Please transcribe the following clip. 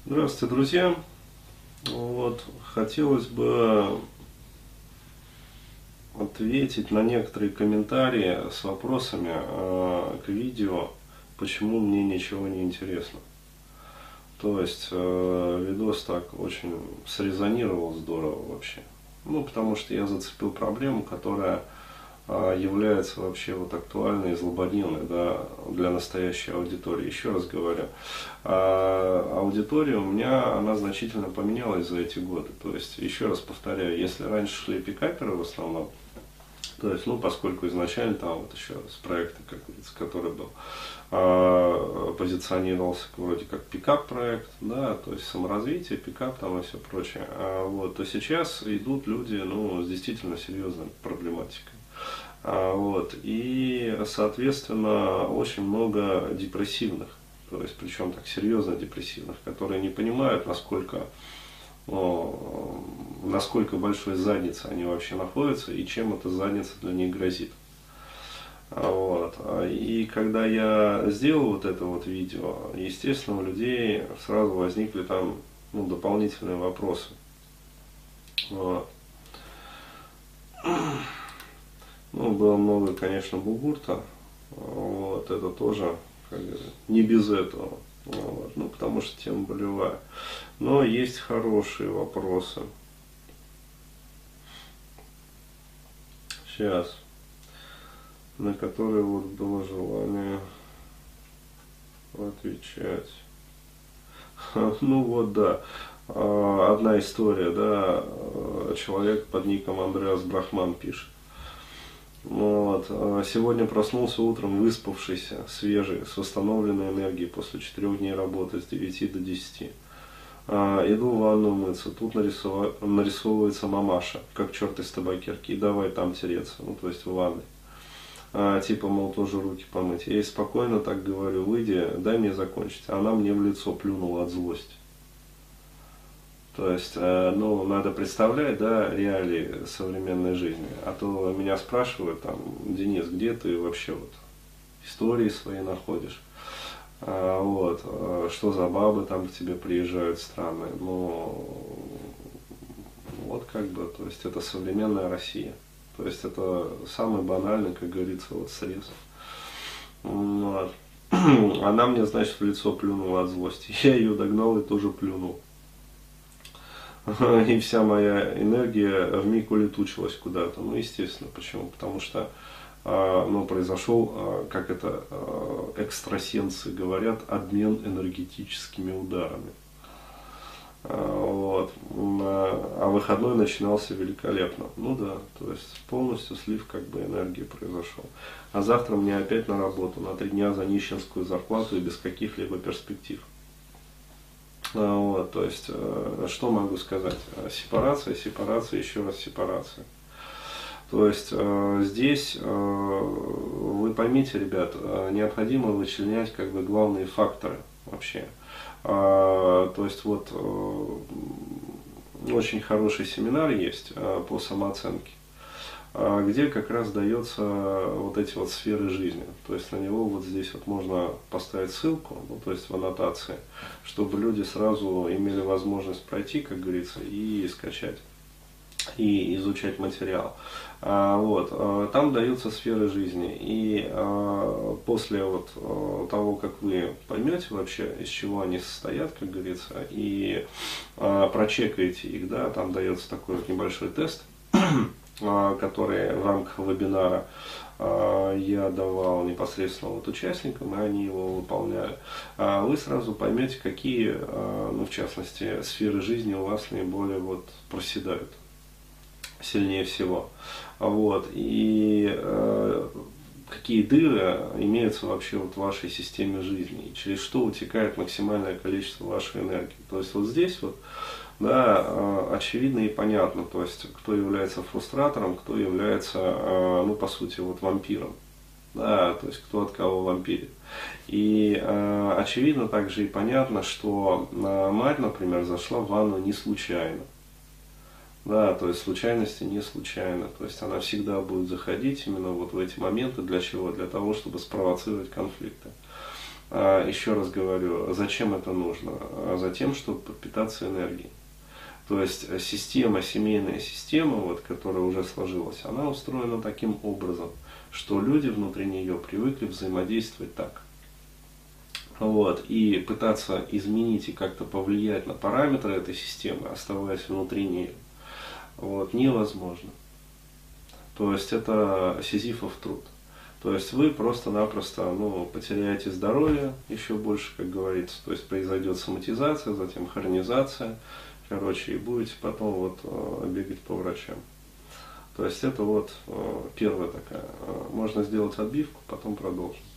Здравствуйте, друзья. Вот, хотелось бы ответить на некоторые комментарии с вопросами к видео, почему мне ничего не интересно. То есть видос так очень срезонировал здорово вообще. Ну, потому что я зацепил проблему, которая является вообще вот актуальной и злободневной, да, для настоящей аудитории. Еще раз говорю, аудитория у меня, она значительно поменялась за эти годы. То есть, еще раз повторяю, если раньше шли пикаперы в основном, то есть, ну, поскольку изначально там вот еще раз проект, как говорится, который был, позиционировался вроде как пикап проект, да, то есть саморазвитие, пикап там и все прочее, вот, то сейчас идут люди, ну, с действительно серьезной проблематикой. Вот, и, соответственно, очень много депрессивных, то есть, причем так серьезно депрессивных, которые не понимают, насколько большой задницей они вообще находятся и чем эта задница для них грозит. Вот. И когда я сделал вот это вот видео, естественно, у людей сразу возникли там, ну, дополнительные вопросы. Вот. Ну, было много, конечно, бугурта. Вот, это тоже как бы, не без этого. Вот, ну, потому что тема болевая. Но есть хорошие вопросы. Сейчас. На которые вот было желание отвечать. Ну вот, да. Одна история, да. Человек под ником Андреас Брахман пишет. Вот. Сегодня проснулся утром выспавшийся, свежий, с восстановленной энергией после 4 дней работы с 9 до 10. Иду в ванну мыться, тут нарисовывается мамаша, как черт из табакерки, и давай там тереться, ну то есть в ванной. Типа, мол, тоже руки помыть. Я ей спокойно так говорю, выйди, дай мне закончить. А она мне в лицо плюнула от злости. То есть, ну, надо представлять, да, реалии современной жизни. А то меня спрашивают, там, Денис, где ты вообще вот истории свои находишь? Вот, что за бабы там к тебе приезжают странные? Ну, вот как бы, то есть, это современная Россия. То есть, это самый банальный, как говорится, вот срез. Вот. Она мне, значит, в лицо плюнула от злости. Я ее догнал и тоже плюнул. И вся моя энергия вмиг улетучилась куда-то. Ну, естественно, почему? Потому что ну, произошел, как это экстрасенсы говорят, обмен энергетическими ударами. Вот. А выходной начинался великолепно. Ну да, то есть полностью слив как бы энергии произошел. А завтра мне опять на работу, на 3 дня за нищенскую зарплату и без каких-либо перспектив. Вот, то есть, что могу сказать? Сепарация, сепарация, еще раз сепарация. То есть, здесь, вы поймите, ребят, необходимо вычленять как бы главные факторы вообще. То есть, вот, очень хороший семинар есть по самооценке, где как раз дается вот эти вот сферы жизни. То есть на него вот здесь вот можно поставить ссылку, ну, то есть в аннотации, чтобы люди сразу имели возможность пройти, как говорится, и скачать, и изучать материал. Вот, там даются сферы жизни. И после вот того, как вы поймете вообще, из чего они состоят, как говорится, и прочекаете их, да, там дается такой вот небольшой тест, который в рамках вебинара я давал непосредственно вот участникам, и они его выполняли. Вы сразу поймете, какие, ну, в частности, сферы жизни у вас наиболее вот проседают сильнее всего. Вот. И какие дыры имеются вообще вот в вашей системе жизни, и через что утекает максимальное количество вашей энергии. То есть вот здесь вот, да, очевидно и понятно, то есть кто является фрустратором, кто является, ну, по сути, вот вампиром, да, то есть кто от кого вампирит. И очевидно также и понятно, что мать, например, зашла в ванну не случайно. Да, то есть случайности не случайно. То есть она всегда будет заходить именно вот в эти моменты. Для чего? Для того, чтобы спровоцировать конфликты. Еще раз говорю, зачем это нужно? Затем, чтобы подпитаться энергией. То есть система, семейная система, вот, которая уже сложилась, она устроена таким образом, что люди внутри нее привыкли взаимодействовать так. Вот, и пытаться изменить и как-то повлиять на параметры этой системы, оставаясь внутри нее, вот, невозможно. То есть это сизифов труд. То есть вы просто-напросто потеряете здоровье еще больше, как говорится. То есть произойдет соматизация, затем хронизация, короче, и будете потом бегать по врачам. То есть это первая такая. Можно сделать отбивку, потом продолжим.